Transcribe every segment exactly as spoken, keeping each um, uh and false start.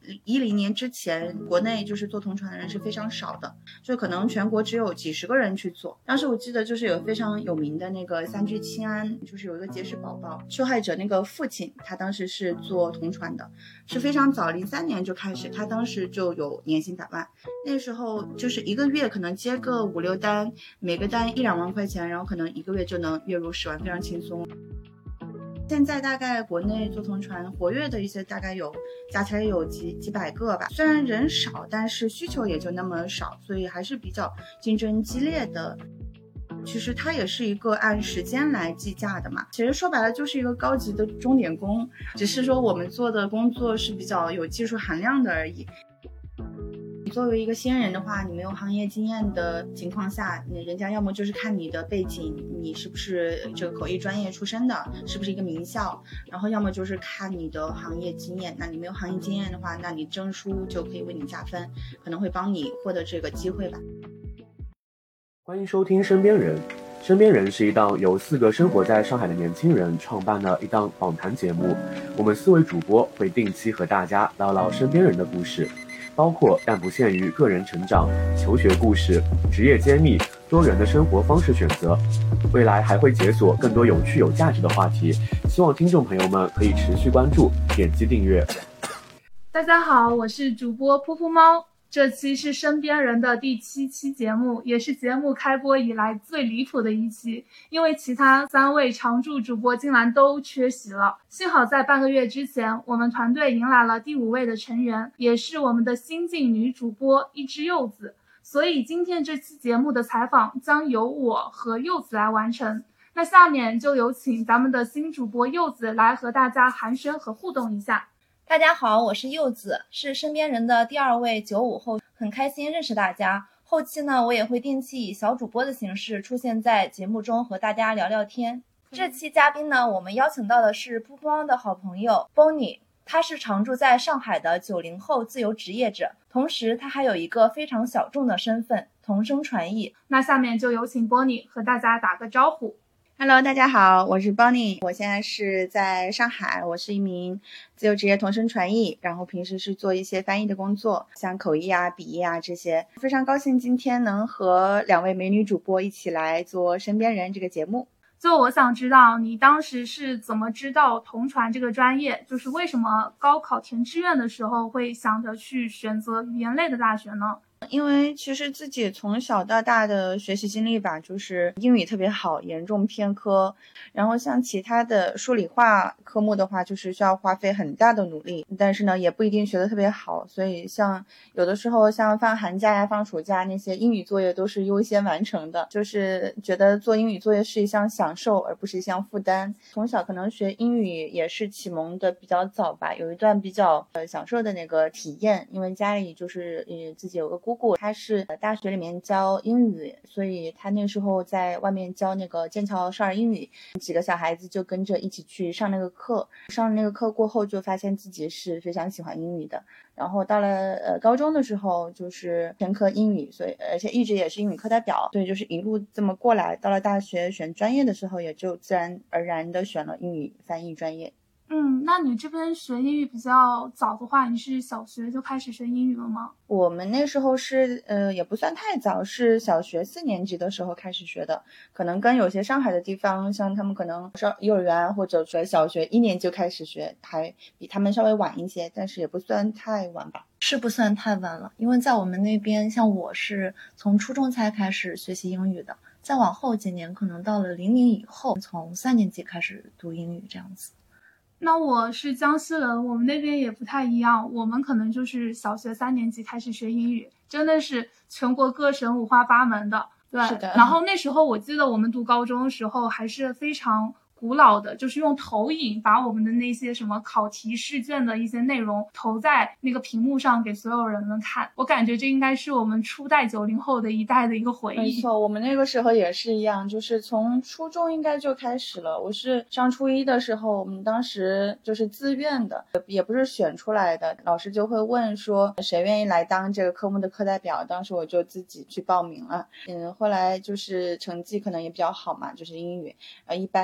一零年之前，国内就是做同传的人是非常少的，就可能全国只有几十个人去做。当时我记得就是有非常有名的那个三聚氰胺，就是有一个结石宝宝受害者那个父亲，他当时是做同传的，是非常早，零三年就开始，他当时就有年薪百万。那时候就是一个月可能接个五六单，每个单一两万块钱，然后可能一个月就能月入十万，非常轻松。现在大概国内做同传活跃的一些大概有加起来有几几百个吧，虽然人少，但是需求也就那么少，所以还是比较竞争激烈的。其实它也是一个按时间来计价的嘛，其实说白了就是一个高级的钟点工，只是说我们做的工作是比较有技术含量的而已。作为一个新人的话，你没有行业经验的情况下，人家要么就是看你的背景，你是不是这个口译专业出身的，是不是一个名校，然后要么就是看你的行业经验。那你没有行业经验的话，那你证书就可以为你加分，可能会帮你获得这个机会吧。 欢迎收听身边人。身边人是一档由四个生活在上海的年轻人创办的一档访谈节目，我们四位主播会定期和大家唠唠身边人的故事，包括但不限于个人成长、求学故事、职业揭秘、多元的生活方式选择。未来还会解锁更多有趣有价值的话题，希望听众朋友们可以持续关注，点击订阅。 大家好，我是主播噗噗猫。这期是身边人的第七期节目，也是节目开播以来最离谱的一期，因为其他三位常驻主播竟然都缺席了。幸好在半个月之前，我们团队迎来了第五位的成员，也是我们的新晋女主播一只柚子，所以今天这期节目的采访将由我和柚子来完成。那下面就有请咱们的新主播柚子来和大家寒暄和互动一下。 大家好，我是柚子，是身边人的第二位九五后，很开心认识大家。后期呢，我也会定期以小主播的形式出现在节目中和大家聊聊天。这期嘉宾呢，我们邀请到的是噗噗猫的好朋友 Bonnie， 他是常住在上海的九零后自由职业者，同时他还有一个非常小众的身份，同声传译。 那下面就有请 Bonnie 和大家打个招呼。 Hello， 大家好，我是 Bonnie， 我现在是在上海，我是一名自由职业同声传译，然后平时是做一些翻译的工作，像口译啊、笔译啊这些。非常高兴今天能和两位美女主播一起来做身边人这个节目。 就我想知道你当时是怎么知道同传这个专业，就是为什么高考填志愿的时候会想着去选择语言类的大学呢？ 因为其实自己从小到大的学习经历吧，就是英语特别好，严重偏科，然后像其他的数理化科目的话，就是需要花费很大的努力，但是呢也不一定学得特别好，所以像有的时候像放寒假呀、放暑假那些英语作业都是优先完成的，就是觉得做英语作业是一项享受而不是一项负担。从小可能学英语也是启蒙的比较早吧，有一段比较呃享受的那个体验，因为家里就是呃自己有个姑姑，她是大学里面教英语，所以她那时候在外面教那个剑桥少儿英语，几个小孩子就跟着一起去上那个课，上那个课过后就发现自己是非常喜欢英语的，然后到了呃高中的时候就是全科英语，所以而且一直也是英语课代表，所以就是一路这么过来，到了大学选专业的时候也就自然而然的选了英语翻译专业。 嗯，那你这边学英语比较早的话，你是小学就开始学英语了吗？ 我们那时候是呃也不算太早，是小学四年级的时候开始学的，可能跟有些上海的地方，像他们可能上幼儿园或者说小学一年就开始学，还比他们稍微晚一些，但是也不算太晚吧。 是不算太晚了，因为在我们那边，像我是从初中才开始学习英语的，再往后几年可能到了零零以后，从三年级开始读英语这样子。 那我是江西人，我们那边也不太一样，我们可能就是小学三年级开始学英语，真的是全国各省五花八门的。对， 是的。 然后那时候我记得我们读高中的时候还是非常古老的，就是用投影把我们的那些什么考题试卷的一些内容投在那个屏幕上给所有人们看，我感觉这应该是我们初代九零后的一代的一个回忆。 没错，我们那个时候也是一样，就是从初中应该就开始了，我是上初一的时候，我们当时就是自愿的，也不是选出来的，老师就会问说谁愿意来当这个科目的课代表，当时我就自己去报名了。嗯，后来就是成绩可能也比较好嘛，就是英语呃，一般都会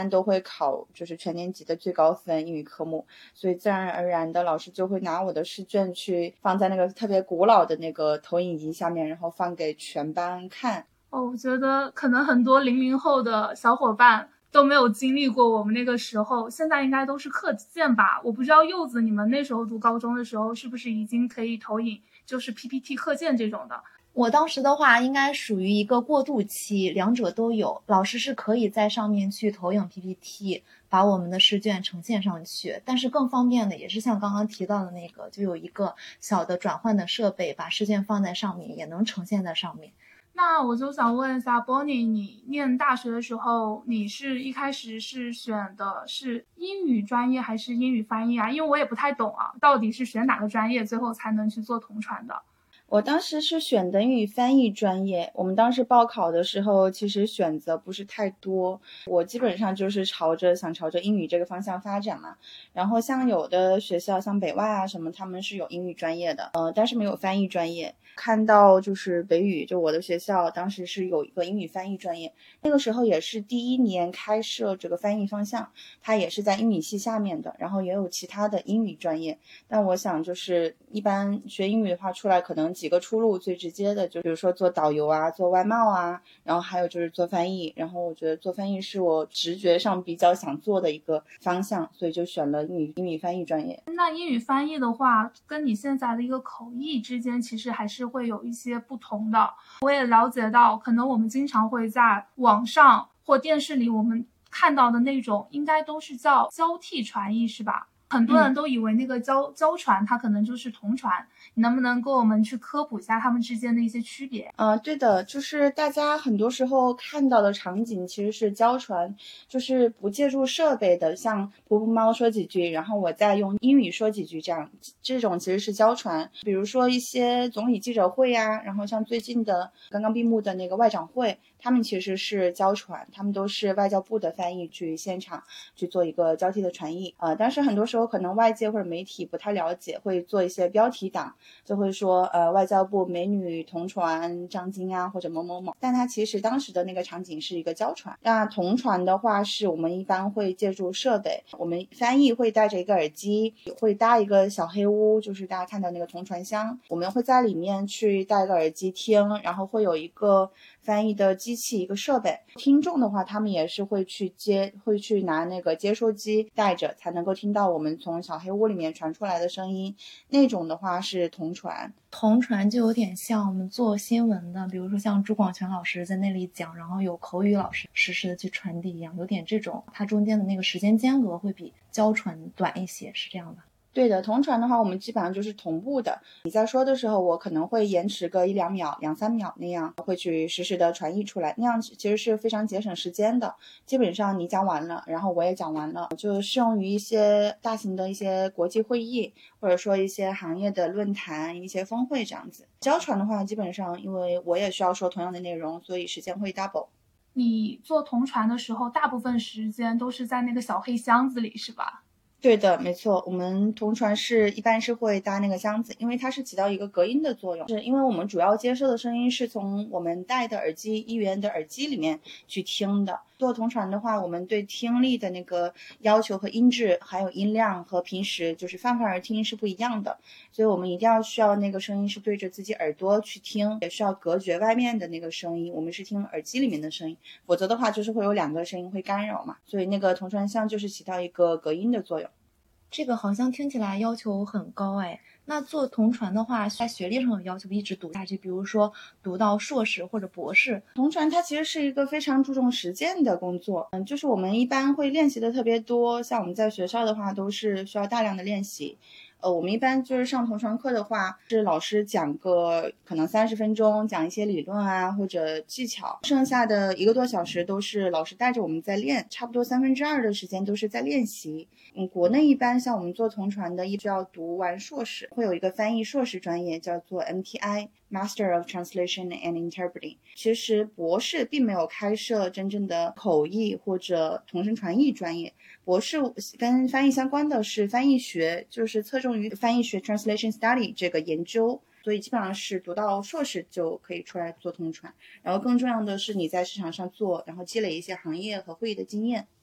考就是全年级的最高分英语科目，所以自然而然的老师就会拿我的试卷去放在那个特别古老的那个投影仪下面，然后放给全班看。 哦，我觉得可能很多零零后的小伙伴都没有经历过我们那个时候，现在应该都是课件吧。我不知道柚子你们那时候读高中的时候是不是已经可以投影就是 P P T 课件这种的。 我当时的话应该属于一个过渡期，两者都有，老师是可以在上面去投影 P P T 把我们的试卷呈现上去，但是更方便的也是像刚刚提到的那个，就有一个小的转换的设备，把试卷放在上面也能呈现在上面。 那我就想问一下 Bonnie， 你念大学的时候，你是一开始是选的是英语专业还是英语翻译啊？因为我也不太懂啊，到底是选哪个专业最后才能去做同传的？ 我当时是选的英语翻译专业，我们当时报考的时候其实选择不是太多，我基本上就是朝着想朝着英语这个方向发展嘛。然后像有的学校像北外啊什么，他们是有英语专业的，呃，但是没有翻译专业。看到就是北语，就我的学校当时是有一个英语翻译专业，那个时候也是第一年开设这个翻译方向，它也是在英语系下面的，然后也有其他的英语专业。但我想就是一般学英语的话出来可能几个出路，最直接的就比如说做导游啊，做外贸啊，然后还有就是做翻译，然后我觉得做翻译是我直觉上比较想做的一个方向，所以就选了英语英语翻译专业。 那英语翻译的话跟你现在的一个口译之间其实还是会有一些不同的。我也了解到可能我们经常会在网上或电视里我们看到的那种应该都是叫交替传译是吧？很多人都以为那个交、嗯、交传它可能就是同传，你能不能给我们去科普一下他们之间的一些区别？ 呃，对的，就是大家很多时候看到的场景其实是交传，就是不借助设备的，像噗噗猫说几句，然后我再用英语说几句，这样这种其实是交传。比如说一些总理记者会呀、啊，然后像最近的刚刚闭幕的那个外长会，他们其实是交传，他们都是外交部的翻译去现场去做一个交替的传译。呃，但是很多时候可能外界或者媒体不太了解，会做一些标题党，就会说呃外交部美女同传张晶啊或者某某某，但它其实当时的那个场景是一个交传。那同传的话是我们一般会借助设备，我们翻译会带着一个耳机，会搭一个小黑屋，就是大家看到那个同传箱，我们会在里面去带一个耳机听，然后会有一个翻译的机器一个设备。听众的话他们也是会去接会去拿那个接收机带着，才能够听到我们从小黑屋里面传出来的声音，那种的话是同传。 同传就有点像我们做新闻的，比如说像朱广权老师在那里讲，然后有口语老师实时的去传递一样，有点这种，它中间的那个时间间隔会比交传短一些，是这样的。 对的，同传的话我们基本上就是同步的，你在说的时候我可能会延迟个一两秒两三秒那样，会去实时的传译出来，那样其实是非常节省时间的。基本上你讲完了，然后我也讲完了，就适用于一些大型的一些国际会议，或者说一些行业的论坛一些峰会这样子。交传的话基本上因为我也需要说同样的内容，所以时间会 double。 你做同传的时候大部分时间都是在那个小黑箱子里是吧？ 对的，没错，我们同传是一般是会搭那个箱子，因为它是起到一个隔音的作用，是因为我们主要接收的声音是从我们戴的耳机一元的耳机里面去听的。做同传的话，我们对听力的那个要求和音质还有音量和平时就是泛泛而听是不一样的，所以我们一定要需要那个声音是对着自己耳朵去听，也需要隔绝外面的那个声音，我们是听耳机里面的声音，否则的话就是会有两个声音会干扰嘛，所以那个同传箱就是起到一个隔音的作用。 这个好像听起来要求很高哎，那做同传的话在学历上有要求一直读下去，比如说读到硕士或者博士。 同传它其实是一个非常注重实践的工作，嗯，就是我们一般会练习的特别多，像我们在学校的话都是需要大量的练习。呃，我们一般就是上同传课的话，是老师讲个可能三十分钟，讲一些理论啊或者技巧，剩下的一个多小时都是老师带着我们在练，差不多三分之二的时间都是在练习。嗯，国内一般像我们做同传的，一直要读完硕士，会有一个翻译硕士专业叫做 M T I Master of Translation and Interpreting。 其实博士并没有开设真正的口译或者同声传译专业，博士跟翻译相关的是翻译学，就是侧重于翻译学 Translation Study 这个研究，所以基本上是读到硕士就可以出来做同传，然后更重要的是你在市场上做，然后积累一些行业和会议的经验。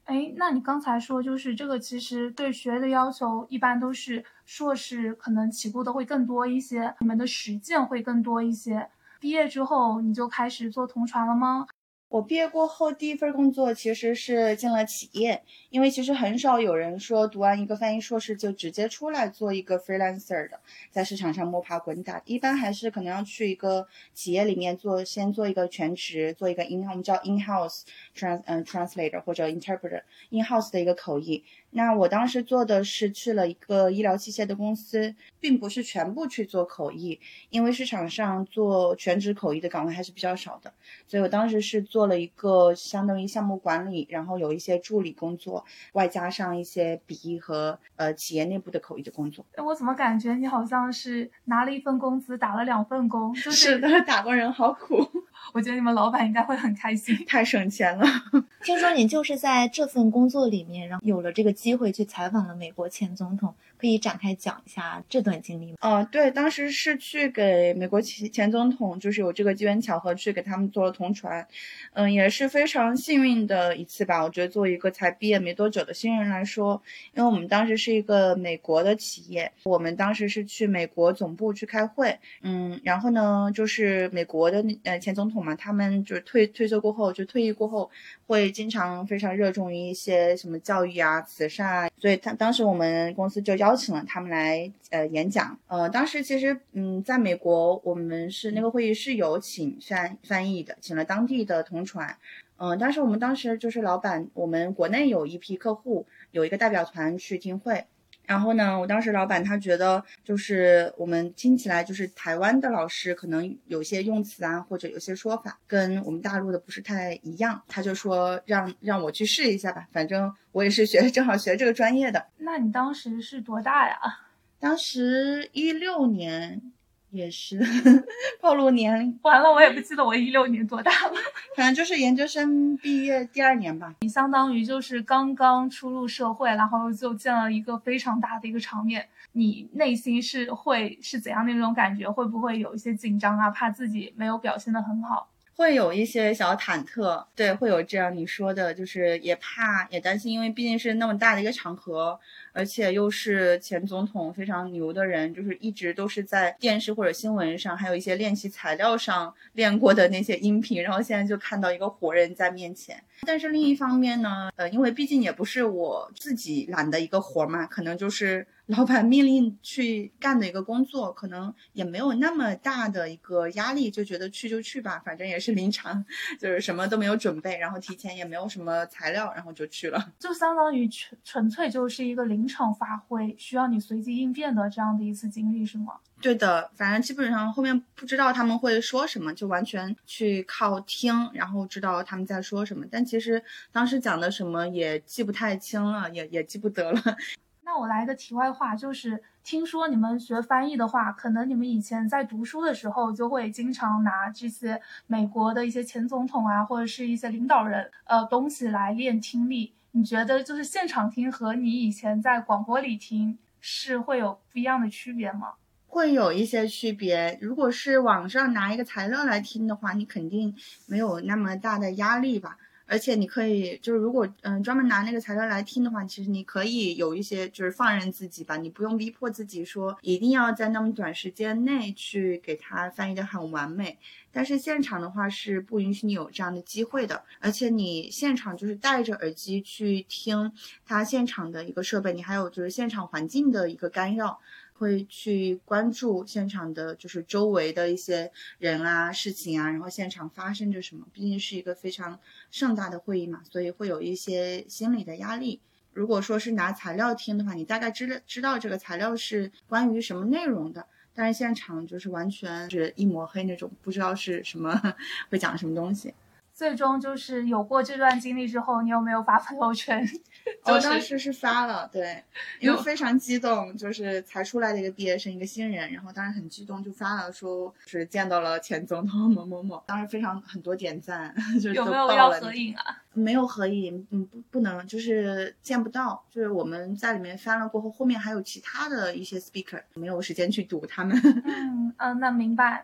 哎，那你刚才说就是这个其实对学业的要求一般都是硕士可能起步的会更多一些，你们的实践会更多一些。毕业之后你就开始做同传了吗？ 我毕业过后第一份工作其实是进了企业，因为其实很少有人说读完一个翻译硕士就直接出来做一个 freelancer 的，在市场上摸爬滚打，一般还是可能要去一个企业里面做，先做一个全职，做一个 in 我们叫 in-house trans 嗯、呃、translator 或者 interpreter in-house 的一个口译。那我当时做的是去了一个医疗器械的公司，并不是全部去做口译，因为市场上做全职口译的岗位还是比较少的，所以我当时是做了一个相当于项目管理，然后有一些助理工作，外加上一些笔译和呃企业内部的口译的工作。 我怎么感觉你好像是拿了一份工资打了两份工？就是是的，打工人好苦。 我觉得你们老板应该会很开心， 太省钱了。 听说你就是在这份工作里面，然后有了这个机会去采访了美国前总统，可以展开讲一下这段经历吗？ 哦、呃，对，当时是去给美国前总统，就是有这个机缘巧合去给他们做了同传，嗯，也是非常幸运的一次吧。我觉得作为一个才毕业没多久的新人来说，因为我们当时是一个美国的企业，我们当时是去美国总部去开会，嗯，然后呢，就是美国的呃前总统嘛，他们就是退退休过后，就退役过后，会经常非常热衷于一些什么教育啊、慈善啊，所以他当时我们公司就邀请了他们来呃演讲。呃，当时其实嗯，在美国我们是那个会议是有请翻翻译的，请了当地的同传。嗯、呃，但是我们当时就是老板，我们国内有一批客户，有一个代表团去听会。然后呢，我当时老板他觉得就是我们听起来就是台湾的老师可能有些用词啊或者有些说法跟我们大陆的不是太一样，他就说让让我去试一下吧，反正我也是学正好学这个专业的。 那你当时是多大呀？ 当时一六年，也是暴露年龄， 完了我也不记得我一六年多大了， 反正就是研究生毕业第二年吧。 你相当于就是刚刚出入社会，然后就见了一个非常大的一个场面，你内心是会是怎样的一种感觉？会不会有一些紧张啊，怕自己没有表现得很好？ 会有一些小忐忑，对，会有这样你说的，就是也怕也担心，因为毕竟是那么大的一个场合，而且又是前总统非常牛的人，就是一直都是在电视或者新闻上，还有一些练习材料上练过的那些音频，然后现在就看到一个活人在面前。但是另一方面呢，呃，因为毕竟也不是我自己揽的一个活嘛，可能就是老板命令去干的一个工作，可能也没有那么大的一个压力，就觉得去就去吧，反正也是临场，就是什么都没有准备，然后提前也没有什么材料，然后就去了， 就相当于纯纯粹就是一个临场发挥，需要你随机应变的这样的一次经历，是吗？ 对的，反正基本上后面不知道他们会说什么，就完全去靠听，然后知道他们在说什么，但其实当时讲的什么也记不太清了，也也记不得了。 那我来个题外话，就是听说你们学翻译的话，可能你们以前在读书的时候就会经常拿这些美国的一些前总统啊，或者是一些领导人呃东西来练听力。你觉得就是现场听和你以前在广播里听是会有不一样的区别吗？ 会有一些区别，如果是网上拿一个材料来听的话，你肯定没有那么大的压力吧。而且你可以就是如果嗯、呃、专门拿那个材料来听的话，其实你可以有一些就是放任自己吧，你不用逼迫自己说一定要在那么短时间内去给它翻译得很完美。但是现场的话是不允许你有这样的机会的，而且你现场就是戴着耳机去听它现场的一个设备，你还有就是现场环境的一个干扰，会去关注现场的就是周围的一些人啊事情啊，然后现场发生着什么，毕竟是一个非常盛大的会议嘛，所以会有一些心理的压力。如果说是拿材料听的话，你大概知道知道这个材料是关于什么内容的，但是现场就是完全是一抹黑那种，不知道是什么会讲什么东西。 最终就是有过这段经历之后，你有没有发朋友圈？ 我、就是哦、当时是发了，对，因为非常激动，就是才出来的一个毕业生，一个新人，然后当时很激动，就发了说是见到了前总统某某某，当时非常很多点赞，就是有没有要合影啊？ 没有合影，嗯，不不能，就是见不到，就是我们在里面翻了过后，后面还有其他的一些 speaker， 没有时间去堵他们。 嗯嗯，那明白。那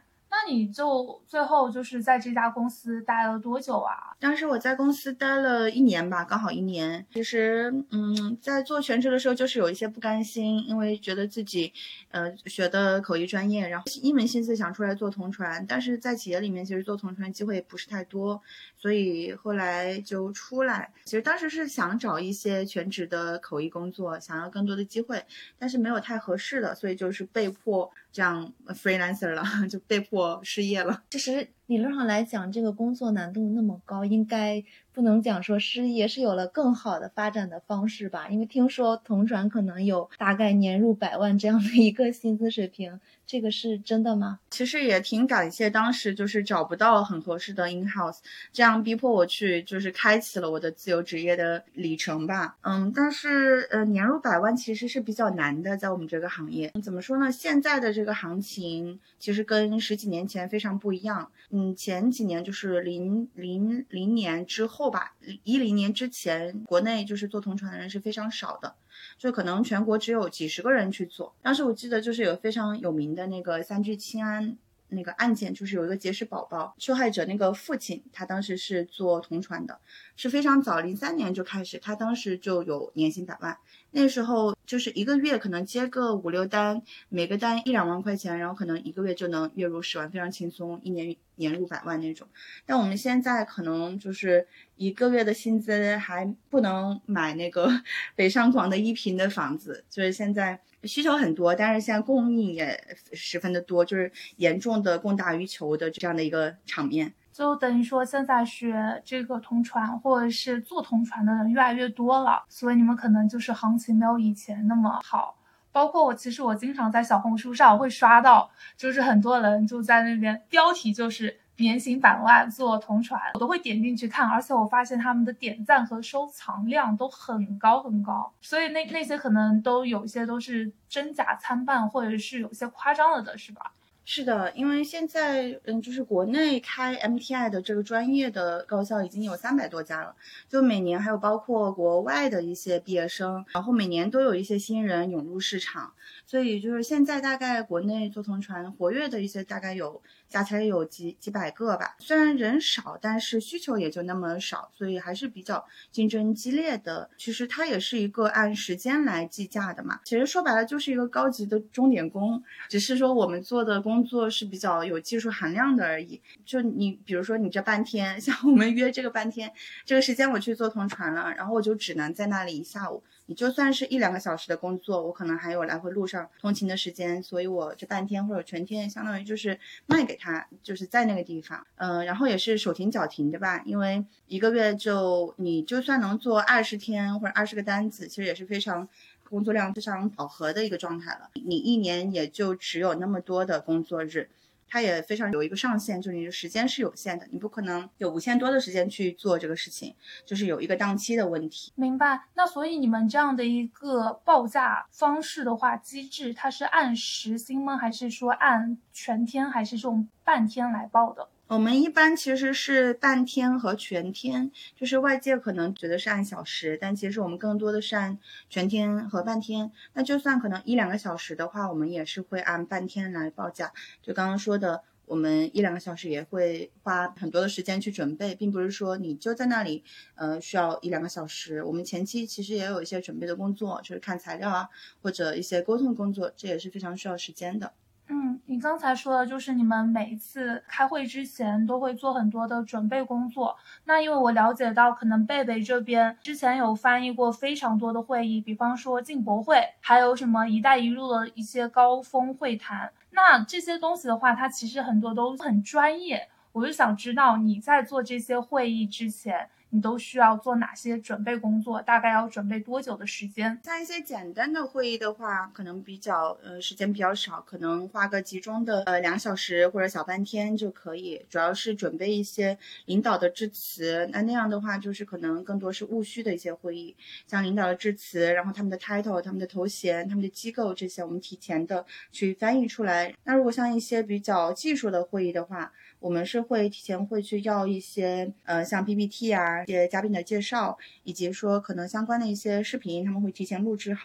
你就最后就是在这家公司待了多久啊？ 当时我在公司待了一年吧，刚好一年。其实，嗯，在做全职的时候，就是有一些不甘心，因为觉得自己，呃，学的口译专业，然后一门心思想出来做同传，但是在企业里面，其实做同传机会不是太多，所以后来就出来。其实当时是想找一些全职的口译工作，想要更多的机会，但是没有太合适的，所以就是被迫这样 freelancer 了，就被迫失业了。 其实理论上来讲，这个工作难度那么高，应该不能讲说失业，是有了更好的发展的方式吧？因为听说同传可能有大概年入百万这样的一个薪资水平，这个是真的吗？ 其实也挺感谢当时就是找不到很合适的 in house， 这样逼迫我去就是开启了我的自由职业的里程吧。嗯，但是呃年入百万其实是比较难的，在我们这个行业。怎么说呢？现在的这个行情其实跟十几年前非常不一样。嗯，前几年就是零零零年之后吧，一零年之前，国内就是做同传的人是非常少的。就可能全国只有几十个人去做。当时我记得就是有非常有名的那个三聚氰胺那个案件，就是有一个结石宝宝受害者那个父亲，他当时是做同传的，是非常早，零三年就开始，他当时就有年薪百万。那时候就是一个月可能接个五六单，每个单一两万块钱，然后可能一个月就能月入十万，非常轻松，一年年入百万那种。但我们现在可能就是一个月的薪资还不能买那个北上广的一平的房子，就是现在需求很多，但是现在供应也十分的多，就是严重的供大于求的这样的一个场面。 就等于说现在学这个同传或者是做同传的人越来越多了，所以你们可能就是行情没有以前那么好。包括我其实我经常在小红书上会刷到，就是很多人就在那边标题就是年薪百万做同传，我都会点进去看，而且我发现他们的点赞和收藏量都很高很高，所以那那些可能都有些都是真假参半，或者是有些夸张了的，是吧？ 是的，因为现在嗯，就是国内开 M T I 的这个专业的高校已经有三百多家了，就每年还有包括国外的一些毕业生，然后每年都有一些新人涌入市场，所以就是现在大概国内做同传活跃的一些大概有加起来有几几百个吧，虽然人少，但是需求也就那么少，所以还是比较竞争激烈的。其实它也是一个按时间来计价的嘛，其实说白了就是一个高级的钟点工，只是说我们做的工作是比较有技术含量的而已。就你比如说你这半天，像我们约这个半天，这个时间我去做同传了，然后我就只能在那里一下午，你就算是一两个小时的工作，我可能还有来回路上通勤的时间，所以我这半天或者全天相当于就是卖给他，就是在那个地方，嗯、呃，然后也是手停脚停的吧，因为一个月就你就算能做二十天或者二十个单子，其实也是非常工作量非常饱和的一个状态了。你一年也就只有那么多的工作日。它也非常有一个上限，就是你的时间是有限的，你不可能有无限多的时间去做这个事情，就是有一个档期的问题。 明白。那所以你们这样的一个报价方式的话，机制它是按时薪吗？还是说按全天，还是这种半天来报的？ 我们一般其实是半天和全天，就是外界可能觉得是按小时，但其实我们更多的是按全天和半天。那就算可能一两个小时的话，我们也是会按半天来报价。就刚刚说的，我们一两个小时也会花很多的时间去准备，并不是说你就在那里呃需要一两个小时。我们前期其实也有一些准备的工作，就是看材料啊，或者一些沟通工作，这也是非常需要时间的。 嗯，你刚才说的就是你们每一次开会之前都会做很多的准备工作。那因为我了解到，可能贝贝这边之前有翻译过非常多的会议，比方说进博会，还有什么一带一路的一些高峰会谈。那这些东西的话，它其实很多都很专业。我就想知道你在做这些会议之前，你都需要做哪些准备工作？大概要准备多久的时间？ 像一些简单的会议的话，可能比较呃时间比较少，可能花个集中的呃两小时或者小半天就可以。主要是准备一些领导的致辞，那那样的话就是可能更多是务虚的一些会议，像领导的致辞，然后他们的 title、他们的头衔、他们的机构这些，我们提前的去翻译出来。那如果像一些比较技术的会议的话，我们是会提前会去要一些呃像 P P T 啊，一些嘉宾的介绍，以及说可能相关的一些视频，他们会提前录制好，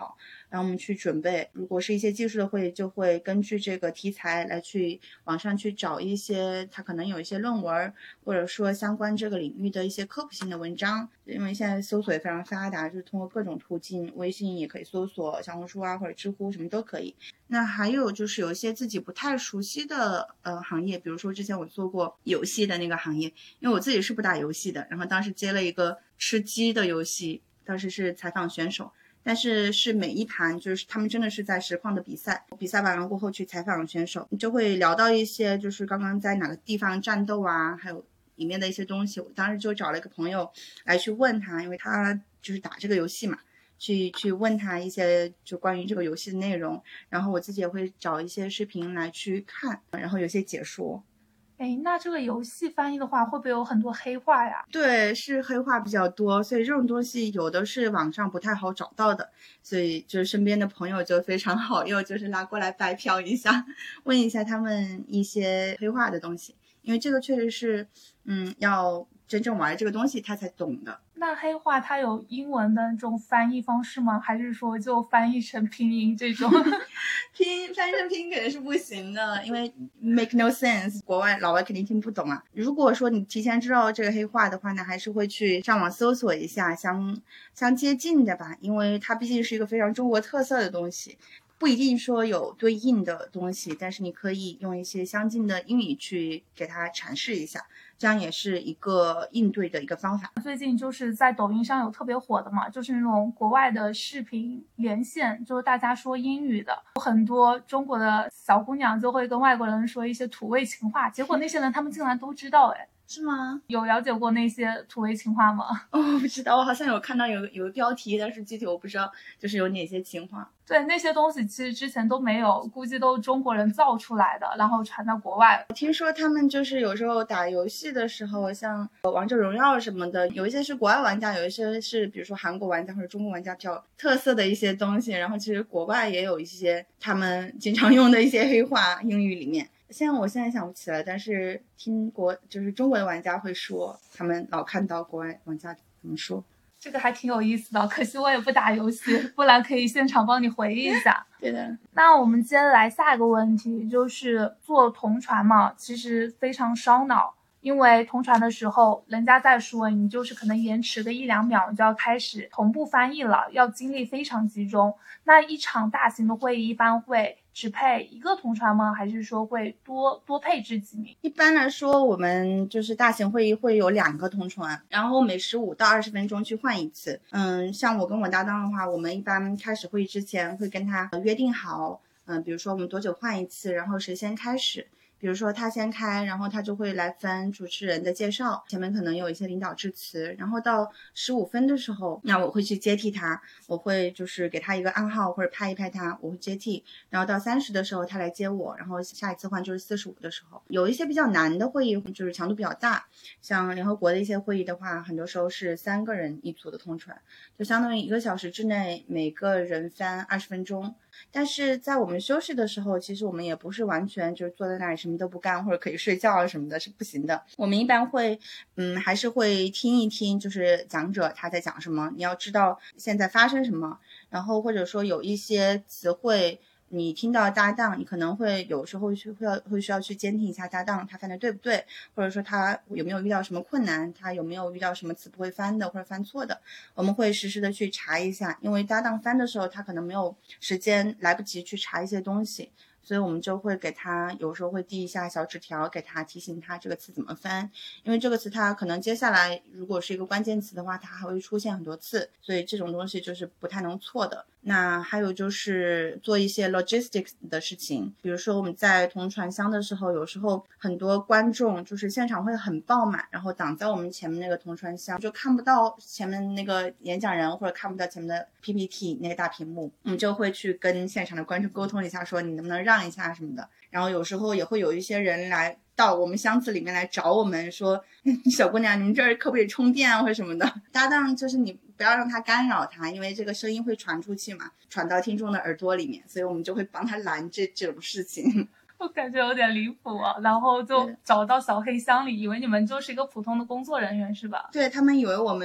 然后我们去准备，如果是一些技术的会议，就会根据这个题材来去网上去找一些它可能有一些论文，或者说相关这个领域的一些科普性的文章，因为现在搜索也非常发达，就是通过各种途径，微信也可以搜索，小红书啊或者知乎什么都可以。那还有就是有一些自己不太熟悉的呃行业，比如说之前我做过游戏的那个行业，因为我自己是不打游戏的，然后当时接了一个吃鸡的游戏，当时是采访选手，但是是每一盘就是他们真的是在实况的比赛，比赛完了过后去采访选手，你就会聊到一些就是刚刚在哪个地方战斗啊，还有里面的一些东西。我当时就找了一个朋友来去问他，因为他就是打这个游戏嘛，去去问他一些就关于这个游戏的内容，然后我自己也会找一些视频来去看，然后有些解说。 哎，那这个游戏翻译的话，会不会有很多黑话呀？ 对，是黑话比较多，所以这种东西有的是网上不太好找到的，所以就是身边的朋友就非常好用，就是拉过来白嫖一下，问一下他们一些黑话的东西，因为这个确实是，嗯，要真正玩这个东西他才懂的。 那黑话它有英文的这种翻译方式吗？还是说就翻译成拼音这种？ 拼翻译成拼音肯定是不行的，因为 make no sense， 国外老外肯定听不懂啊。如果说你提前知道这个黑话的话呢，还是会去上网搜索一下相相接近的吧，因为它毕竟是一个非常中国特色的东西。不一定说有对应的东西，但是你可以用一些相近的英语去给它阐释一下，这样也是一个应对的一个方法。 最近就是在抖音上有特别火的嘛，就是那种国外的视频连线，就是大家说英语的，很多中国的小姑娘就会跟外国人说一些土味情话，结果那些人他们竟然都知道。哎， 是吗？ 有了解过那些土味情话吗？ 哦，我不知道，我好像有看到有有个标题，但是具体我不知道就是有哪些情话。 对，那些东西其实之前都没有，估计都是中国人造出来的，然后传到国外。 我听说他们就是有时候打游戏的时候，像王者荣耀什么的，有一些是国外玩家，有一些是比如说韩国玩家或者中国玩家比较特色的一些东西，然后其实国外也有一些他们经常用的一些黑话，英语里面。现在我现在想不起来，但是听国就是中国的玩家会说，他们老看到国外玩家怎么说。 这个还挺有意思的，可惜我也不打游戏，不然可以现场帮你回忆一下。 对的。 那我们接着来下一个问题，就是做同传嘛，其实非常烧脑，因为同传的时候，人家在说你就是可能延迟个一两秒，你就要开始同步翻译了，要精力非常集中。那一场大型的会议一般会只配一个同传吗？还是说会多多配置几名？ 一般来说，我们就是大型会议会有两个同传，然后每十五到二十分钟去换一次。嗯，像我跟我搭档的话，我们一般开始会议之前会跟他约定好，嗯，比如说我们多久换一次，然后谁先开始。比如说他先开，然后他就会来分主持人的介绍，前面可能有一些领导致辞，然后到十五分的时候，那我会去接替他，我会就是给他一个暗号或者拍一拍他，我会接替，然后到三十的时候他来接我，然后下一次换就是四十五的时候。有一些比较难的会议就是强度比较大，像联合国的一些会议的话，很多时候是三个人一组的同传，就相当于一个小时之内每个人翻二十分钟。但是在我们休息的时候，其实我们也不是完全就是坐在那里什么都不干，或者可以睡觉啊什么的，是不行的。我们一般会嗯还是会听一听就是讲者他在讲什么，你要知道现在发生什么，然后或者说有一些词汇你听到搭档，你可能会有时候会会要会需要去监听一下搭档他翻的对不对，或者说他有没有遇到什么困难，他有没有遇到什么词不会翻的或者翻错的，我们会实时的去查一下，因为搭档翻的时候他可能没有时间来不及去查一些东西，所以我们就会给他有时候会递一下小纸条给他，提醒他这个词怎么翻，因为这个词他可能接下来如果是一个关键词的话，它还会出现很多次，所以这种东西就是不太能错的。那还有就是做一些 logistics 的事情，比如说我们在同传箱的时候，有时候很多观众就是现场会很爆满，然后挡在我们前面那个同传箱，就看不到前面那个演讲人，或者看不到前面的 P P T 那个大屏幕，我们就会去跟现场的观众沟通一下，说你能不能让一下什么的。然后有时候也会有一些人来到我们箱子里面来找我们说，小姑娘你们这儿可不可以充电啊或者什么的。搭档就是你不要让他干扰他，因为这个声音会传出去嘛，传到听众的耳朵里面，所以我们就会帮他拦这这种事情。 我感觉有点离谱啊，然后就找到小黑箱里，以为你们就是一个普通的工作人员是吧？ 对，他们以为我们是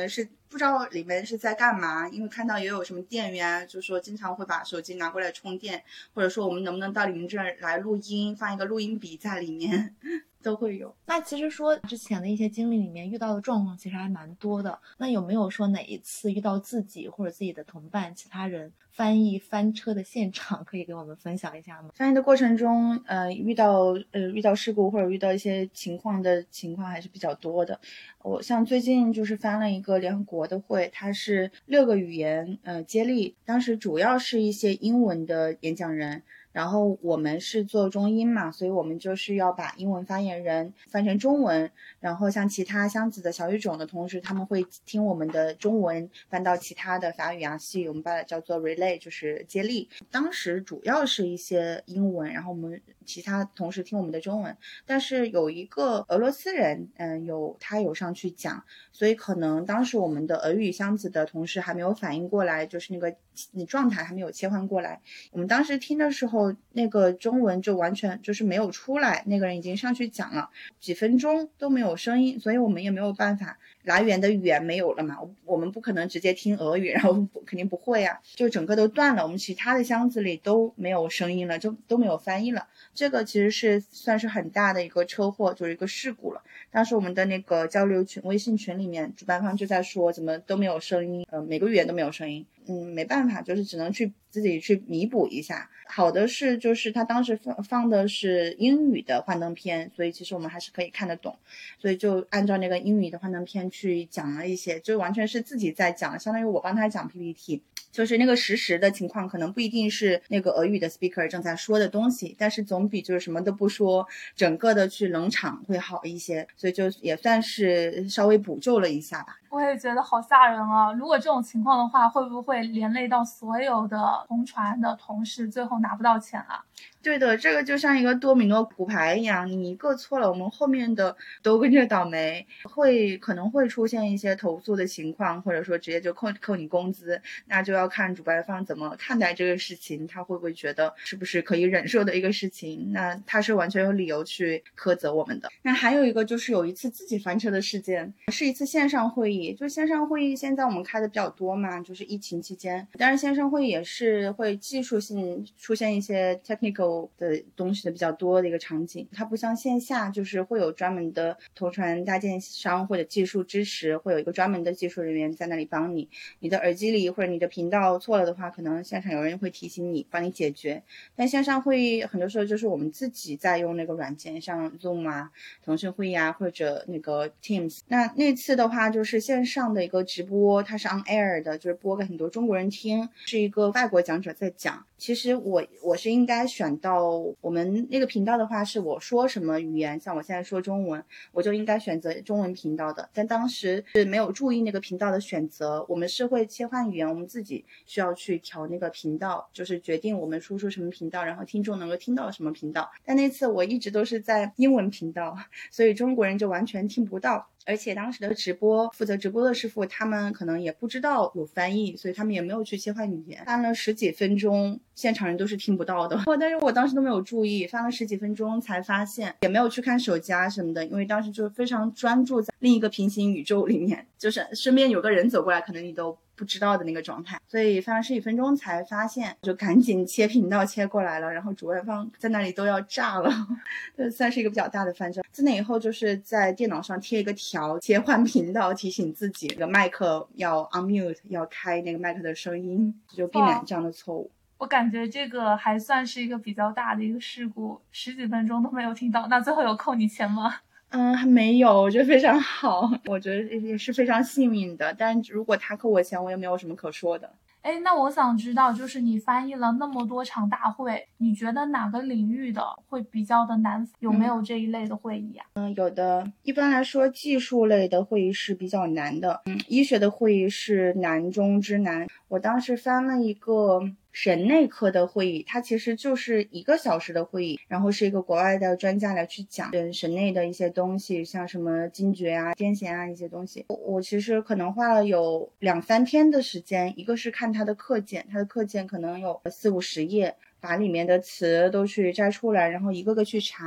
不知道里面是在干嘛，因为看到也有什么店员就说经常会把手机拿过来充电，或者说我们能不能到你们这儿来录音，放一个录音笔在里面都会有。 那其实说之前的一些经历里面遇到的状况其实还蛮多的，那有没有说哪一次遇到自己或者自己的同伴其他人翻译翻车的现场可以给我们分享一下吗？ 翻译的过程中呃遇到呃遇到事故或者遇到一些情况的情况还是比较多的。我像最近就是翻了一个联合国的会，它是六个语言呃接力，当时主要是一些英文的演讲人，然后我们是做中英嘛，所以我们就是要把英文发言人翻成中文，然后像其他箱子的小语种的同时，他们会听我们的中文翻到其他的法语啊系，我们把它叫做 relay， 就是接力。当时主要是一些英文，然后我们其他同事听我们的中文，但是有一个俄罗斯人，嗯，有他有上去讲，所以可能当时我们的俄语箱子的同事还没有反应过来，就是那个状态还没有切换过来。我们当时听的时候，那个中文就完全就是没有出来，那个人已经上去讲了几分钟都没有声音，所以我们也没有办法，来源的语言没有了嘛，我们不可能直接听俄语，然后肯定不会啊，就整个都断了，我们其他的箱子里都没有声音了，就都没有翻译了。这个其实是算是很大的一个车祸，就是一个事故了。当时我们的那个交流群微信群里面，主办方就在说怎么都没有声音，呃，每个语言都没有声音。嗯，没办法，就是只能去自己去弥补一下。好的是，就是他当时放放的是英语的幻灯片，所以其实我们还是可以看得懂，所以就按照那个英语的幻灯片去讲了一些，就完全是自己在讲，相当于我帮他讲 P P T。就是那个实时的情况可能不一定是那个俄语的 speaker 正在说的东西，但是总比就是什么都不说，整个的去冷场会好一些，所以就也算是稍微补救了一下吧。 我也觉得好吓人啊！如果这种情况的话，会不会连累到所有的同传的同事，最后拿不到钱啊？ 对的，这个就像一个多米诺骨牌一样，你一个错了，我们后面的都跟着倒霉，会可能会出现一些投诉的情况，或者说直接就扣扣你工资，那就要看主办方怎么看待这个事情，他会不会觉得是不是可以忍受的一个事情，那他是完全有理由去苛责我们的。那还有一个就是有一次自己翻车的事件，是一次线上会议，就线上会议现在我们开的比较多嘛，就是疫情期间，当然线上会议也是会技术性出现一些 technical的东西的比较多的一个场景，它不像线下就是会有专门的投传搭建商或者技术支持，会有一个专门的技术人员在那里帮你，你的耳机里或者你的频道错了的话，可能现场有人会提醒你帮你解决。但线上会议很多时候就是我们自己在用那个软件，像 Zoom 啊、腾讯会议啊或者那个 Teams。 那那次的话就是线上的一个直播，它是 on air 的，就是播给很多中国人听，是一个外国讲者在讲。其实我我是应该选到我们那个频道的话，是我说什么语言，像我现在说中文，我就应该选择中文频道的。但当时是没有注意那个频道的选择，我们是会切换语言，我们自己需要去调那个频道，就是决定我们输出什么频道，然后听众能够听到什么频道。但那次我一直都是在英文频道，所以中国人就完全听不到。而且当时的直播负责直播的师傅他们可能也不知道有翻译，所以他们也没有去切换语言，翻了十几分钟现场人都是听不到的。但是我当时都没有注意，翻了十几分钟才发现，也没有去看手机啊什么的，因为当时就非常专注在另一个平行宇宙里面，就是身边有个人走过来可能你都不知道的那个状态，所以翻了十几分钟才发现，就赶紧切频道切过来了，然后主办方在那里都要炸了，这算是一个比较大的翻车。自那以后就是在电脑上贴一个条切换频道，提醒自己那个麦克要 unmute， 要开那个麦克的声音，就避免这样的错误。 我感觉这个还算是一个比较大的一个事故，十几分钟都没有听到，那最后有扣你钱吗？ 嗯，还没有，我觉得非常好，我觉得也是非常幸运的，但如果他扣我钱，我也没有什么可说的。 哎，那我想知道，就是你翻译了那么多场大会，你觉得哪个领域的会比较的难？有没有这一类的会议啊？ 嗯，有的。一般来说，技术类的会议是比较难的。嗯，医学的会议是难中之难。我当时翻了一个神内科的会议，它其实就是一个小时的会议，然后是一个国外的专家来去讲神内的一些东西，像什么惊厥啊、癫痫啊一些东西。我其实可能花了有两三天的时间，一个是看他的课件，他的课件可能有四五十页，把里面的词都去摘出来，然后一个个去查。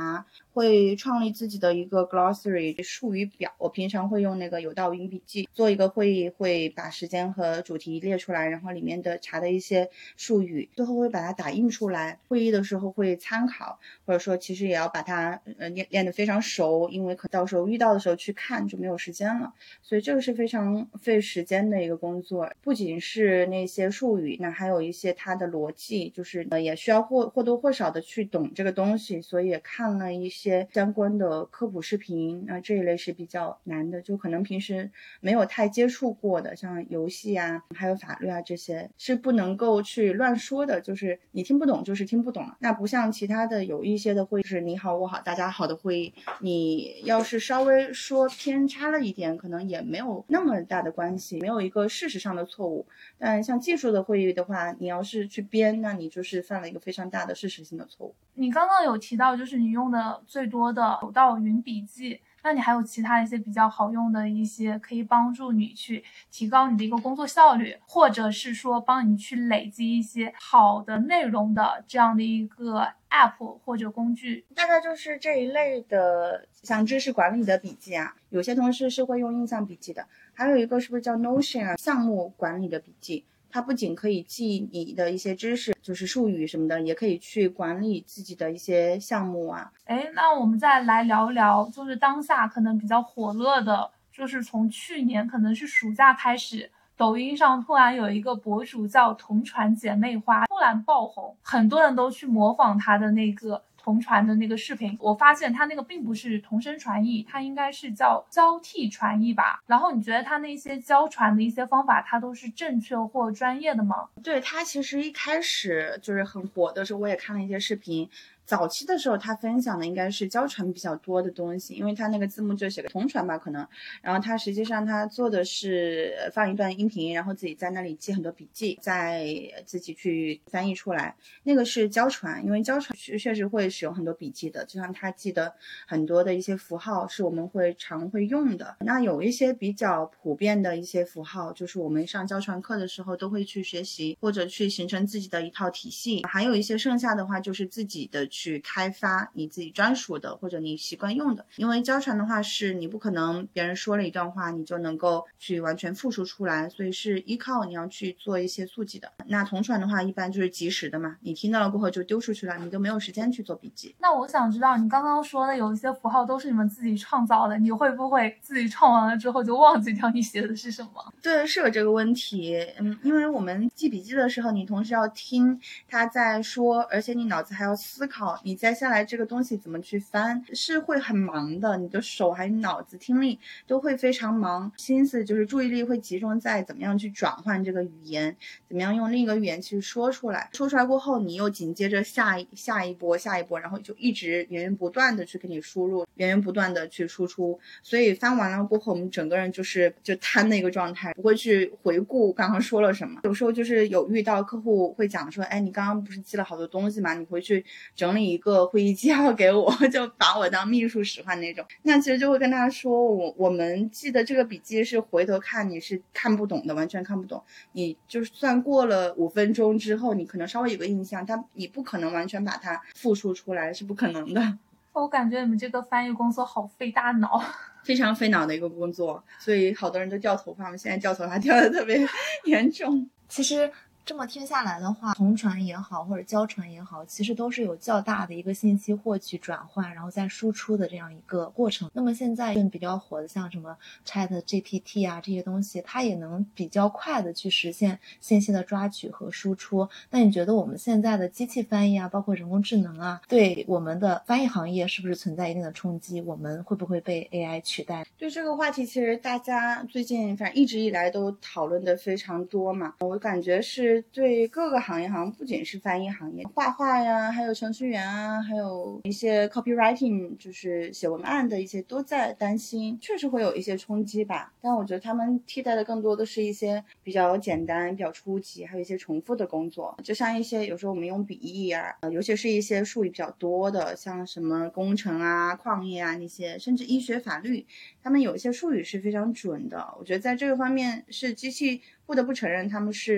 会创立自己的一个 glossary 术语表。我平常会用那个有道云笔记做一个会议，会把时间和主题列出来，然后里面的查的一些术语最后会把它打印出来，会议的时候会参考，或者说其实也要把它呃练练得非常熟，因为可到时候遇到的时候去看就没有时间了，所以这个是非常费时间的一个工作。不仅是那些术语，那还有一些它的逻辑，就是呃也需要或或多或少的去懂这个东西，所以也看了一些相关的科普视频，那这一类是比较难的，就可能平时没有太接触过的，像游戏啊还有法律啊，这些是不能够去乱说的，就是你听不懂就是听不懂了。那不像其他的有一些的会议是你好我好大家好的会议，你要是稍微说偏差了一点，可能也没有那么大的关系，没有一个事实上的错误。但像技术的会议的话，你要是去编，那你就是犯了一个非常大的事实性的错误。 你刚刚有提到就是你用的最多的有道云笔记，那你还有其他一些比较好用的一些可以帮助你去提高你的一个工作效率，或者是说帮你去累积一些好的内容的这样的一个 app 或者工具？ 大概就是这一类的，像知识管理的笔记啊，有些同事是会用印象笔记的，还有一个是不是叫 Notion 啊，项目管理的笔记，它不仅可以记你的一些知识，就是术语什么的，也可以去管理自己的一些项目啊。 哎，那我们再来聊一聊，就是当下可能比较火热的，就是从去年可能是暑假开始，抖音上突然有一个博主叫同传姐妹花，突然爆红，很多人都去模仿她的那个同传的那个视频。我发现他那个并不是同声传译，他应该是叫交替传译吧。然后你觉得他那些交传的一些方法，他都是正确或专业的吗？ 对，他其实一开始就是很火的时候，我也看了一些视频。早期的时候他分享的应该是交传比较多的东西，因为他那个字幕就写个同传吧可能，然后他实际上他做的是放一段音频，然后自己在那里记很多笔记，再自己去翻译出来，那个是交传。因为交传确实会使用很多笔记的，就像他记得很多的一些符号是我们会常会用的。那有一些比较普遍的一些符号，就是我们上交传课的时候都会去学习，或者去形成自己的一套体系。还有一些剩下的话就是自己的去开发你自己专属的或者你习惯用的，因为交传的话是你不可能别人说了一段话你就能够去完全复述出来，所以是依靠你要去做一些速记的。那同传的话一般就是即时的嘛，你听到了过后就丢出去了，你都没有时间去做笔记。 那我想知道你刚刚说的有一些符号都是你们自己创造的，你会不会自己创完了之后就忘记掉你写的是什么？ 对，是有这个问题。嗯，因为我们记笔记的时候你同时要听他在说，而且你脑子还要思考你接下来这个东西怎么去翻，是会很忙的，你的手还有脑子听力都会非常忙，心思就是注意力会集中在怎么样去转换这个语言，怎么样用另一个语言去说出来，说出来过后你又紧接着下一下一波下一波，然后就一直源源不断的去给你输入，源源不断的去输出，所以翻完了过后我们整个人就是就瘫的一个状态，不会去回顾刚刚说了什么。有时候就是有遇到客户会讲说，哎，你刚刚不是记了好多东西吗？你回去整理一个会议纪要给我，就把我当秘书使唤那种。那其实就会跟他说，我我们记的这个笔记是回头看你是看不懂的，完全看不懂。你就算过了五分钟之后，你可能稍微有个印象，但你不可能完全把它复述出来，是不可能的。 我感觉你们这个翻译工作好费大脑， 非常费脑的一个工作，所以好多人都掉头发嘛，现在掉头发掉的特别严重。 其实这么听下来的话，同传也好或者交传也好，其实都是有较大的一个信息获取转换然后再输出的这样一个过程。那么现在比较火的像什么 Chat G P T 啊这些东西，它也能比较快的去实现信息的抓取和输出。那你觉得我们现在的机器翻译啊包括人工智能啊，对我们的翻译行业是不是存在一定的冲击？我们会不会被 A I 取代？ 对这个话题其实大家最近反正一直以来都讨论的非常多嘛，我感觉是对各个行业，好像不仅是翻译行业，画画呀，还有程序员啊，还有一些 copywriting 就是写文案的一些都在担心，确实会有一些冲击吧。但我觉得他们替代的更多的是一些比较简单比较初级还有一些重复的工作，就像一些有时候我们用笔译啊，尤其是一些术语比较多的，像什么工程啊矿业啊那些，甚至医学法律，他们有一些术语是非常准的。我觉得在这个方面是机器不得不承认他们是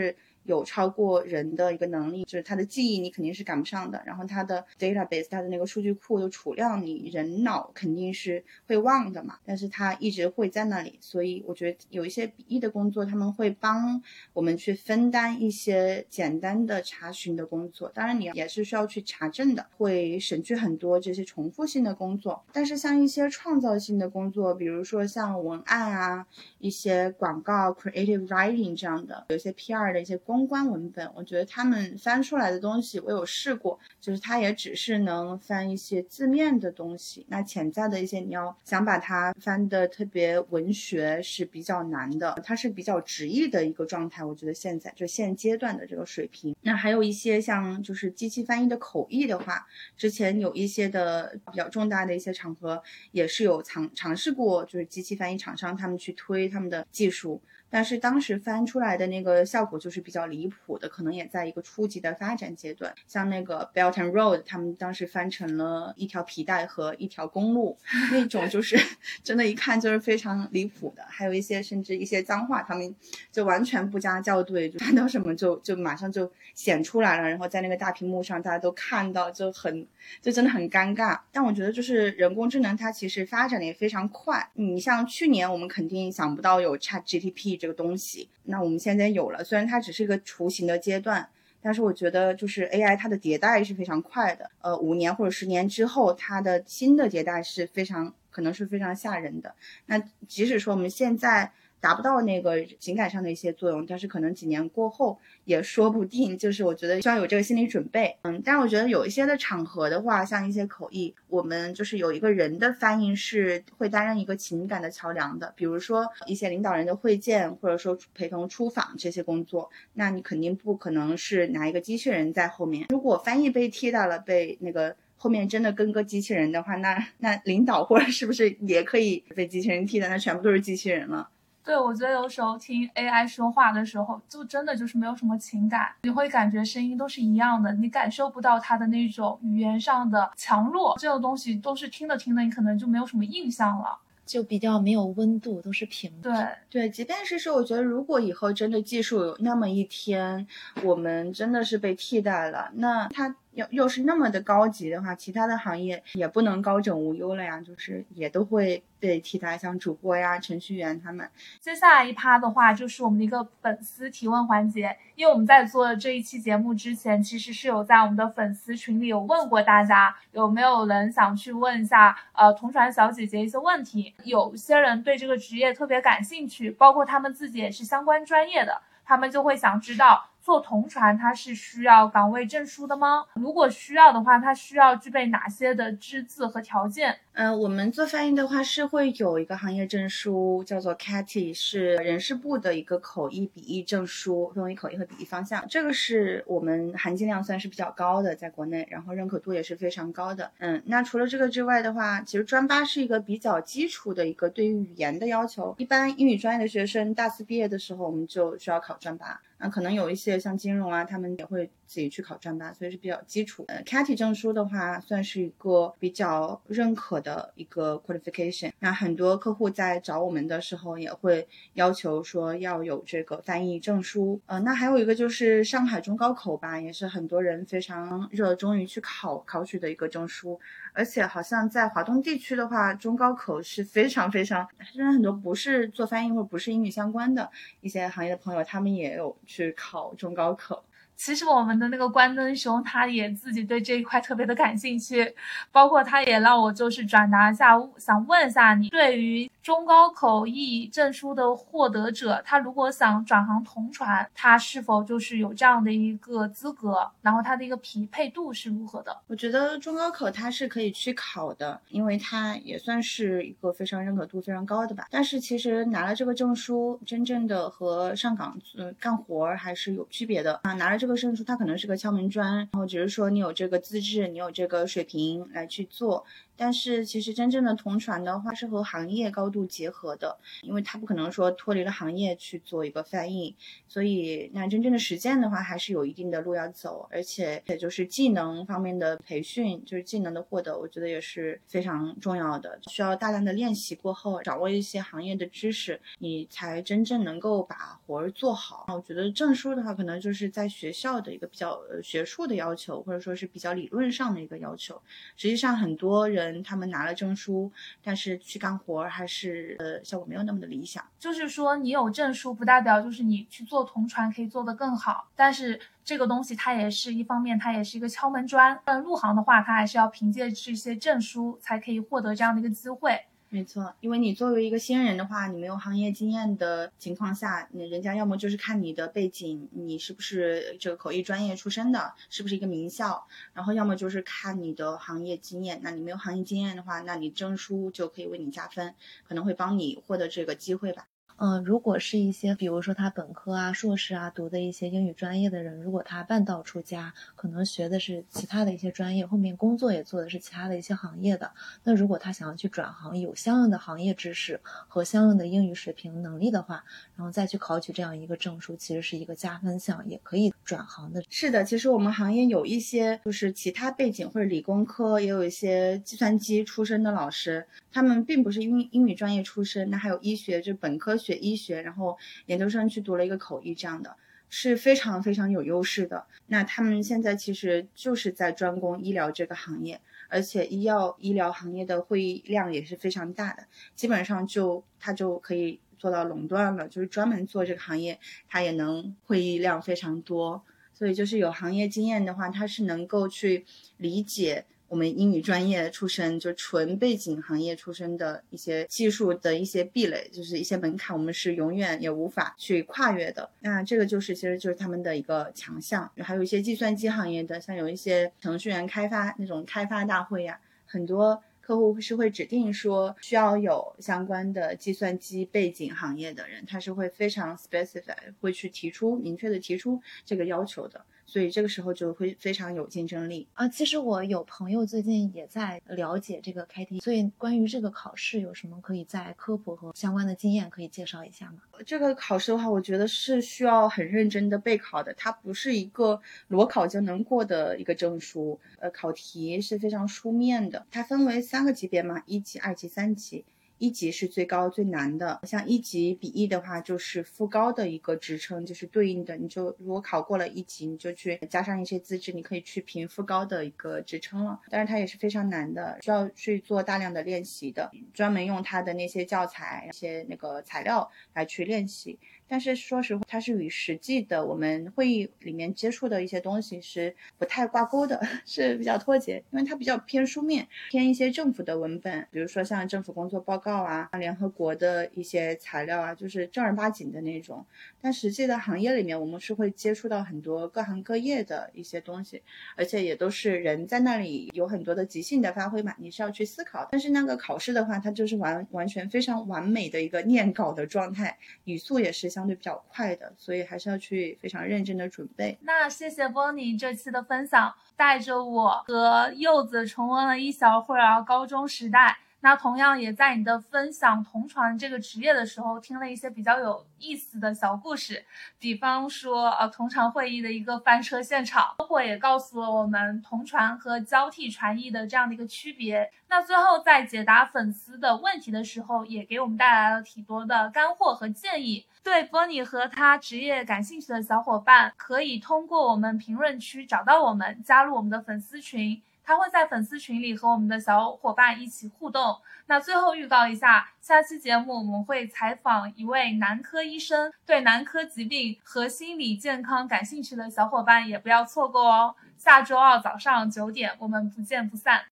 有超过人的一个能力，就是它的记忆你肯定是赶不上的，然后它的 database 它的那个数据库的储量你人脑肯定是会忘的嘛，但是它一直会在那里，所以我觉得有一些笔译的工作他们会帮我们去分担一些简单的查询的工作，当然你也是需要去查证的，会省去很多这些重复性的工作。但是像一些创造性的工作，比如说像文案啊，一些广告 creative writing 这样的，有些 P R 的一些公关文本，我觉得他们翻出来的东西我有试过，就是它也只是能翻一些字面的东西，那潜在的一些你要想把它翻的特别文学是比较难的，它是比较直译的一个状态，我觉得现在就现阶段的这个水平。那还有一些像就是机器翻译的口译的话，之前有一些的比较重大的一些场合也是有尝尝试过，就是机器翻译厂商他们去推他们的技术，但是当时翻出来的那个效果就是比较离谱的，可能也在一个初级的发展阶段。像那个 Belt and Road 他们当时翻成了一条皮带和一条公路，那种就是真的一看就是非常离谱的。还有一些甚至一些脏话他们就完全不加校对，就看到什么就就马上就显出来了，然后在那个大屏幕上大家都看到，就很就真的很尴尬。但我觉得就是人工智能它其实发展的也非常快，你像去年我们肯定想不到有 Chat G P T 这个东西，那我们现在有了，虽然它只是一个雏形的阶段，但是我觉得就是 A I 它的迭代是非常快的，呃，五年或者十年之后，它的新的迭代是非常可能是非常吓人的。那即使说我们现在达不到那个情感上的一些作用，但是可能几年过后也说不定，就是我觉得需要有这个心理准备。嗯，但是我觉得有一些的场合的话，像一些口译，我们就是有一个人的翻译是会担任一个情感的桥梁的，比如说一些领导人的会见，或者说陪同出访这些工作，那你肯定不可能是拿一个机器人在后面。如果翻译被替代了，被那个后面真的跟个机器人的话，那那领导或者是不是也可以被机器人替代？那全部都是机器人了。 对，我觉得有时候听 A I 说话的时候，就真的就是没有什么情感，你会感觉声音都是一样的，你感受不到它的那种语言上的强弱，这种东西都是听着听着，你可能就没有什么印象了。 就比较没有温度，都是平的。 对对，即便是说，我觉得如果以后真的技术有那么一天，我们真的是被替代了，那它又又是那么的高级的话，其他的行业也不能高枕无忧了呀，就是也都会被替代，像主播呀、程序员他们。 接下来一趴的话，就是我们的一个粉丝提问环节，因为我们在做这一期节目之前，其实是有在我们的粉丝群里有问过大家，有没有人想去问一下呃同传小姐姐一些问题。有些人对这个职业特别感兴趣，包括他们自己也是相关专业的，他们就会想知道做同传它是需要岗位证书的吗？如果需要的话，它需要具备哪些的资质和条件？ 呃，我们做翻译的话是会有一个行业证书，叫做 C A T I， 是人事部的一个口译笔译证书，分为口译和笔译方向。这个是我们含金量算是比较高的，在国内，然后认可度也是非常高的。嗯，那除了这个之外的话，其实专八是一个比较基础的一个对于语言的要求。一般英语专业的学生大四毕业的时候，我们就需要考专八。那可能有一些像金融啊，他们也会自己去考专八，所以是比较基础的。C A T I 证书的话，算是一个比较认可的一个 qualification。那很多客户在找我们的时候，也会要求说要有这个翻译证书。呃，那还有一个就是上海中高口吧，也是很多人非常热衷于去考考取的一个证书。而且好像在华东地区的话，中高口是非常非常，甚至很多不是做翻译或者不是英语相关的一些行业的朋友，他们也有去考中高口。 其实我们的那个关灯兄他也自己对这一块特别的感兴趣，包括他也让我就是转达一下，想问一下你对于中高口译证书的获得者，他如果想转行同传，他是否就是有这样的一个资格，然后他的一个匹配度是如何的？ 我觉得中高口它是可以去考的，因为它也算是一个非常认可度非常高的吧。但是其实拿了这个证书，真正的和上岗呃干活还是有区别的啊。拿了这个证书，它可能是个敲门砖，然后只是说你有这个资质，你有这个水平来去做。 但是其实真正的同传的话是和行业高度结合的，因为它不可能说脱离了行业去做一个翻译，所以那真正的实践的话还是有一定的路要走，而且也就是技能方面的培训，就是技能的获得，我觉得也是非常重要的，需要大量的练习过后掌握一些行业的知识，你才真正能够把活儿做好。我觉得证书的话可能就是在学校的一个比较呃学术的要求，或者说是比较理论上的一个要求，实际上很多人他们拿了证书，但是去干活还是呃效果没有那么的理想。 就是说你有证书不代表就是你去做同传可以做得更好，但是这个东西它也是一方面，它也是一个敲门砖，但入行的话它还是要凭借这些证书才可以获得这样的一个机会。 没错，因为你作为一个新人的话，你没有行业经验的情况下，你人家要么就是看你的背景，你是不是这个口译专业出身的，是不是一个名校，然后要么就是看你的行业经验。那你没有行业经验的话，那你证书就可以为你加分，可能会帮你获得这个机会吧。 嗯、呃，如果是一些比如说他本科啊硕士啊读的一些英语专业的人，如果他半道出家，可能学的是其他的一些专业，后面工作也做的是其他的一些行业的，那如果他想要去转行，有相应的行业知识和相应的英语水平能力的话，然后再去考取这样一个证书，其实是一个加分项，也可以转行的。 是的，其实我们行业有一些就是其他背景或者理工科，也有一些计算机出身的老师，他们并不是英英语专业出身，那还有医学，就本科学医学，然后研究生去读了一个口译，这样的是非常非常有优势的。那他们现在其实就是在专攻医疗这个行业，而且医药医疗行业的会议量也是非常大的，基本上就他就可以做到垄断了，就是专门做这个行业，他也能会议量非常多。所以就是有行业经验的话，他是能够去理解我们英语专业出身，就纯背景行业出身的一些技术的一些壁垒，就是一些门槛，我们是永远也无法去跨越的。那这个就是其实就是他们的一个强项。还有一些计算机行业的，像有一些程序员开发那种开发大会呀、啊，很多客户是会指定说需要有相关的计算机背景行业的人，他是会非常 specify， 会去提出明确的提出这个要求的，所以这个时候就会非常有竞争力啊。其实我有朋友最近也在了解这个 K T， 所以关于这个考试有什么可以在科普和相关的经验可以介绍一下吗？ 这个考试的话，我觉得是需要很认真的备考的，它不是一个裸考就能过的一个证书，呃，考题是非常书面的，它分为三个级别嘛，一级、二级、三级。一级是最高最难的，像一级笔译的话就是副高的一个职称，就是对应的，你就如果考过了一级，你就去加上一些资质，你可以去评副高的一个职称了。但是它也是非常难的，需要去做大量的练习的，专门用它的那些教材、一些那个材料来去练习。但是说实话，它是与实际的我们会议里面接触的一些东西是不太挂钩的，是比较脱节，因为它比较偏书面，偏一些政府的文本，比如说像政府工作报告啊，联合国的一些材料啊，就是正儿八经的那种。但实际的行业里面，我们是会接触到很多各行各业的一些东西，而且也都是人在那里有很多的即兴的发挥嘛，你是要去思考。但是那个考试的话，它就是完完全非常完美的一个念稿的状态，语速也是相对比较快的，所以还是要去非常认真的准备。 那谢谢 Bonnie 这期的分享，带着我和柚子重温了一小会儿高中时代。那同样也在你的分享同传这个职业的时候，听了一些比较有意思的小故事，比方说呃同传会议的一个翻车现场，包括也告诉了我们同传和交替传译的这样的一个区别。那最后在解答粉丝的问题的时候，也给我们带来了挺多的干货和建议。对 Bonnie 和他职业感兴趣的小伙伴，可以通过我们评论区找到我们，加入我们的粉丝群。他会在粉丝群里和我们的小伙伴一起互动。那最后预告一下，下期节目我们会采访一位男科医生，对男科疾病和心理健康感兴趣的小伙伴也不要错过哦。下周二早上九点，我们不见不散。